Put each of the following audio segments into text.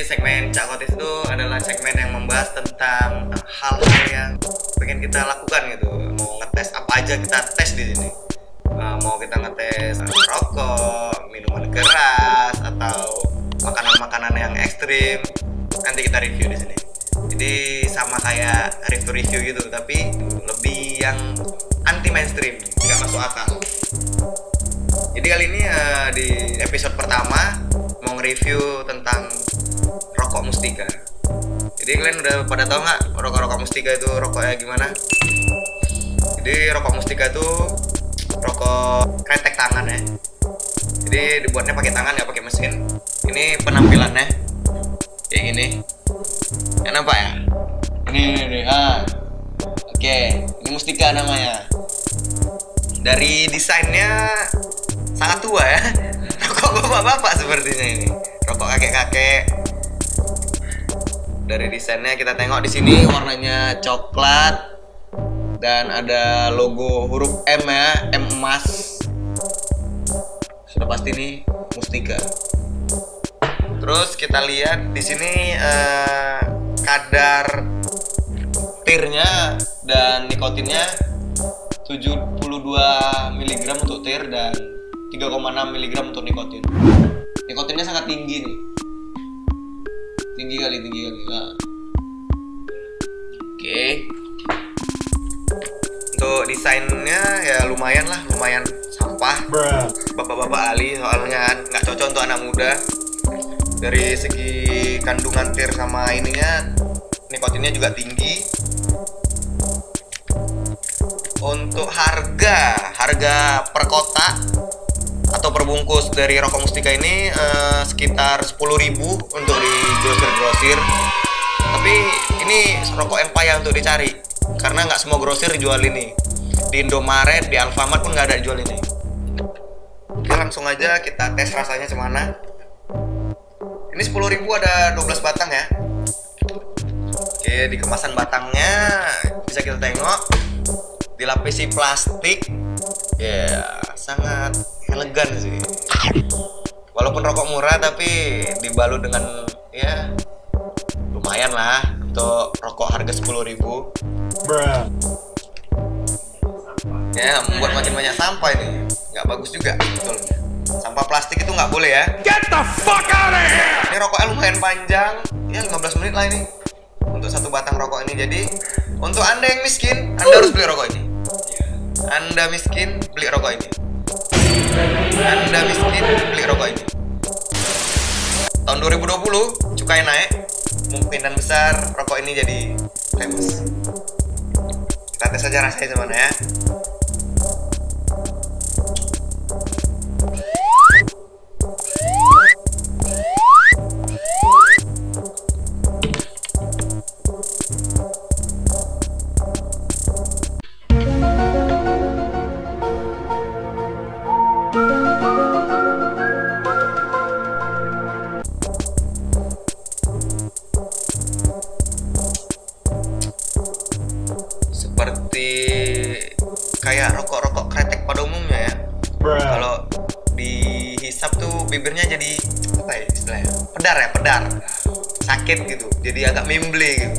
segmen Cak Kotis itu adalah segmen yang membahas tentang hal-hal yang pengen kita lakukan gitu. Mau ngetes apa aja kita tes di sini. Mau kita ngetes rokok, minuman keras, atau makanan-makanan yang ekstrim, nanti kita review di sini. Jadi sama kayak review-review gitu, tapi lebih yang anti mainstream, tidak masuk akal. Jadi kali ini di episode pertama mau nge-review tentang rokok Mustika. Jadi kalian udah pada tahu nggak rokok Mustika itu rokoknya gimana? Jadi rokok Mustika itu rokok kretek tangan ya. Jadi dibuatnya pakai tangan ya, pakai mesin. Ini penampilannya kayak gini. Ya nampak ya? Ini. Oke, ini Mustika namanya. Dari desainnya sangat tua ya. Rokok bapak-bapak sepertinya ini. Rokok kakek-kakek. Dari desainnya kita tengok di sini warnanya coklat dan ada logo huruf M ya, M emas. Sudah pasti ini Mustika. Terus kita lihat di sini kadar tirnya dan nikotinnya 72 mg untuk tir dan 3,6 mg untuk nikotin. Nikotinnya sangat tinggi nih. Tinggi kali. Nah. Oke. Untuk desainnya ya lumayan sampah. Bapak-bapak ahli soalnya kan nggak cocok untuk anak muda. Dari segi kandungan tir sama ininya, nikotinnya juga tinggi. Untuk harga per kotak atau perbungkus dari rokok Mustika ini sekitar 10.000 untuk di grosir. Tapi ini rokok yang payah untuk dicari karena nggak semua grosir jual ini. Di Indomaret, di Alfamart pun nggak ada jual ini. Oke, langsung aja kita tes rasanya gimana. Ini 10.000 ada 12 batang ya. Oke, di kemasan batangnya bisa kita tengok dilapisi plastik. Ya, sangat elegan sih. Walaupun rokok murah tapi dibalut dengan ya lumayan lah untuk rokok harga 10.000. Ya, membuat makin banyak sampah ini. Nggak bagus juga betul. Sampah plastik itu nggak boleh ya. Get the fuck out of here! Ini rokoknya lumayan panjang. Ya 15 menit lah ini untuk satu batang rokok ini. Jadi untuk Anda yang miskin, Anda harus beli rokok ini. Anda miskin, beli rokok ini. Anda miskin, beli rokok ini. Tahun 2020 cukai naik, kemungkinan besar rokok ini jadi famous. Kita tes aja rasanya gimana ya. Seperti kayak rokok kretek pada umumnya ya. Kalau dihisap tuh bibirnya jadi apa ya istilahnya? Pedar. Sakit gitu. Jadi agak memble gitu.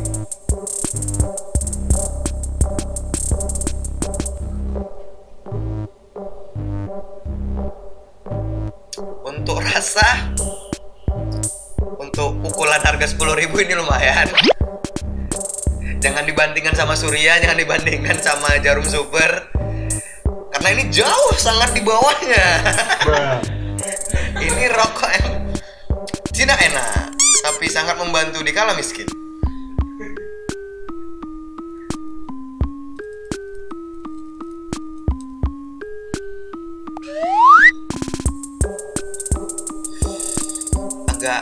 Untuk rasa, untuk pukulan harga 10.000 ini lumayan. Jangan dibandingkan sama Surya, jangan dibandingkan sama Jarum Super, karena ini jauh sangat di bawahnya. Ini rokok yang tidak enak, tapi sangat membantu di kala miskin. Agak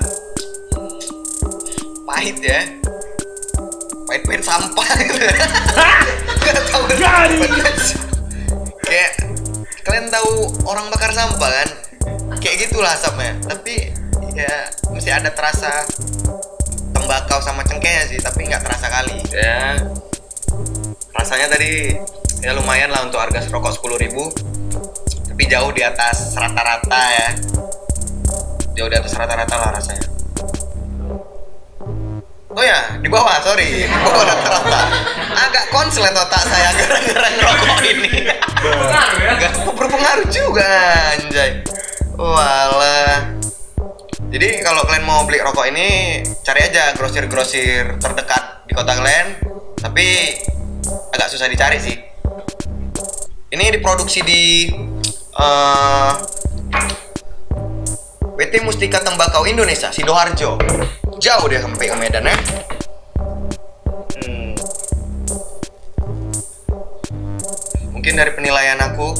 pahit ya. Pahit sampah gitu. Gak tahu. Kayak kalian tahu orang bakar sampah kan? Kayak gitulah asapnya. Tapi ya mesti ada terasa tembakau sama cengkehnya sih, tapi nggak terasa kali. Ya rasanya tadi ya lumayan lah untuk harga rokok 10.000, tapi jauh di atas rata-rata ya. Jauh di atas rata-rata lah rasanya. Oh ya, di bawah, sorry. Di bawah rata-rata. Agak konslet otak saya gara-gara ngerokok ini. Pengaruh ya? Enggak berpengaruh juga, anjay. Walah. Jadi kalau kalian mau beli rokok ini, cari aja grosir-grosir terdekat di kota kalian. Tapi agak susah dicari sih. Ini diproduksi di PT Mustika Tembakau Indonesia, Sidoarjo. Jauh dia sampai ke Medan ya. Mungkin dari penilaian aku,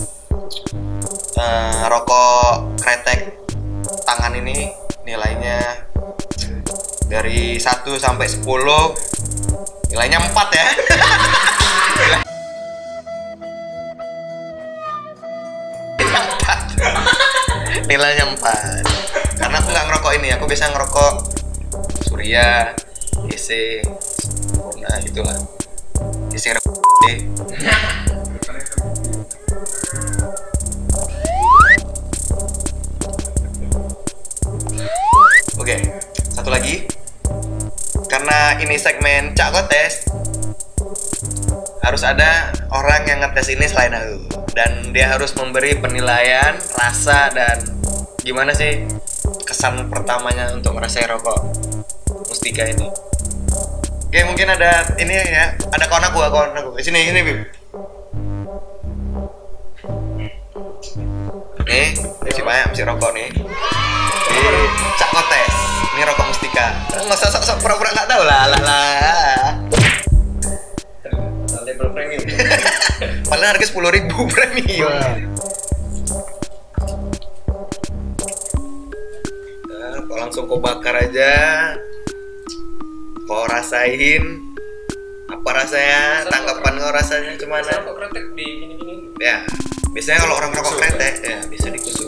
rokok kretek tangan ini nilainya dari 1 sampai 10, nilainya 4 ya. Nilainya 4 karena aku nggak ngerokok ini, aku biasa ngerokok Surya, GC, nah itulah GC. Oke, satu lagi, karena ini segmen Cak Kotes, harus ada orang yang ngetes ini selain aku, dan dia harus memberi penilaian rasa dan gimana sih kesan pertamanya untuk ngerasain rokok Mustika ini. Oke, mungkin ada ini ya, ada kawan aku. Sini Bib. Nih, masih rokok nih. Ini Cak Kotes. Ini rokok Mustika. Nggak usah sok-sok pura-pura nggak tahu lah. Label premium. Paling harga 10.000 premium. Kau langsung kau bakar aja. Kau rasain apa rasanya, tanggapan kau rasanya gimana? Rokok kretek di gini-gini. Ya, biasanya kalau orang rokok kretek ya bisa dikusuk.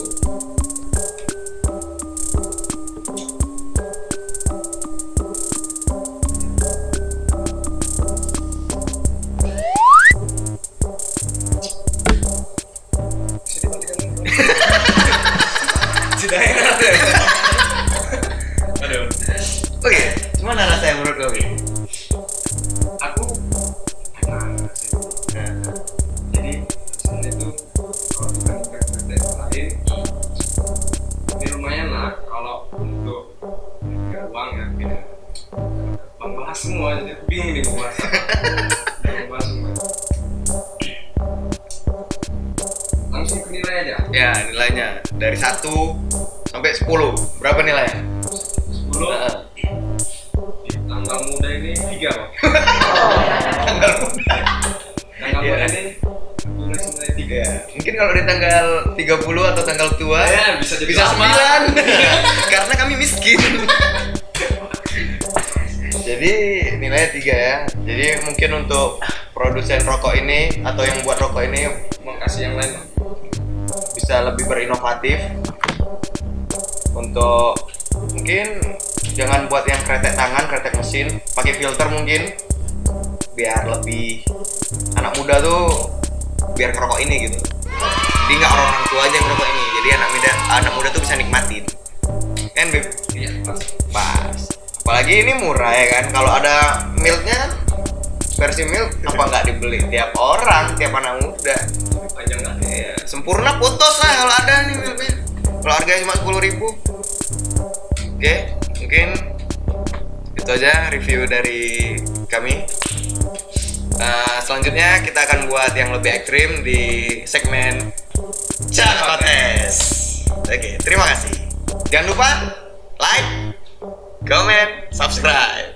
Sudah enak ya. Aduh. Oke, gimana rasanya menurut kau? Aku enak sih. Jadi sebenarnya itu kalau bukan kretek lain, ini lumayan lah kalau untuk harga uang ya. Beda. Bang bahas semua, jadi aku bingung nih mau bahas apa. Mau bahas semua. Langsung ke nilai aja. Ya, nilainya dari 1 sampai 10. Berapa nilainya? 10. Di tanggal muda ini 3 Bang. Tanggal muda. Tanggal Iya. muda ini aku ngasih nilai 3. Ya, mungkin kalau di tanggal 30 atau tanggal tua Ya, bisa jadi bisa 9. 8. Karena kami miskin. Jadi nilainya 3 ya. Jadi mungkin untuk produsen rokok ini atau yang buat rokok ini Mau kasih yang lain Bang. bisa lebih berinovatif untuk mungkin jangan buat yang kretek tangan, kretek mesin, pakai filter mungkin biar lebih anak muda tuh biar ngerokok ini gitu. Jadi nggak orang tua aja yang ngerokok ini, jadi anak muda tuh bisa nikmatin kan, Beb? Iya, Pas. Apalagi ini murah ya kan. Kalau ada milknya, versi milk apa nggak dibeli tiap orang, tiap anak muda. panjang lah. Ya, sempurna putus lah kalau ada nih milknya. Kalau harganya cuma 10.000. Oke, mungkin itu aja review dari kami. Selanjutnya kita akan buat yang lebih ekstrim di segmen Cak Kotes. Oke, terima kasih. Jangan lupa like, comment, subscribe.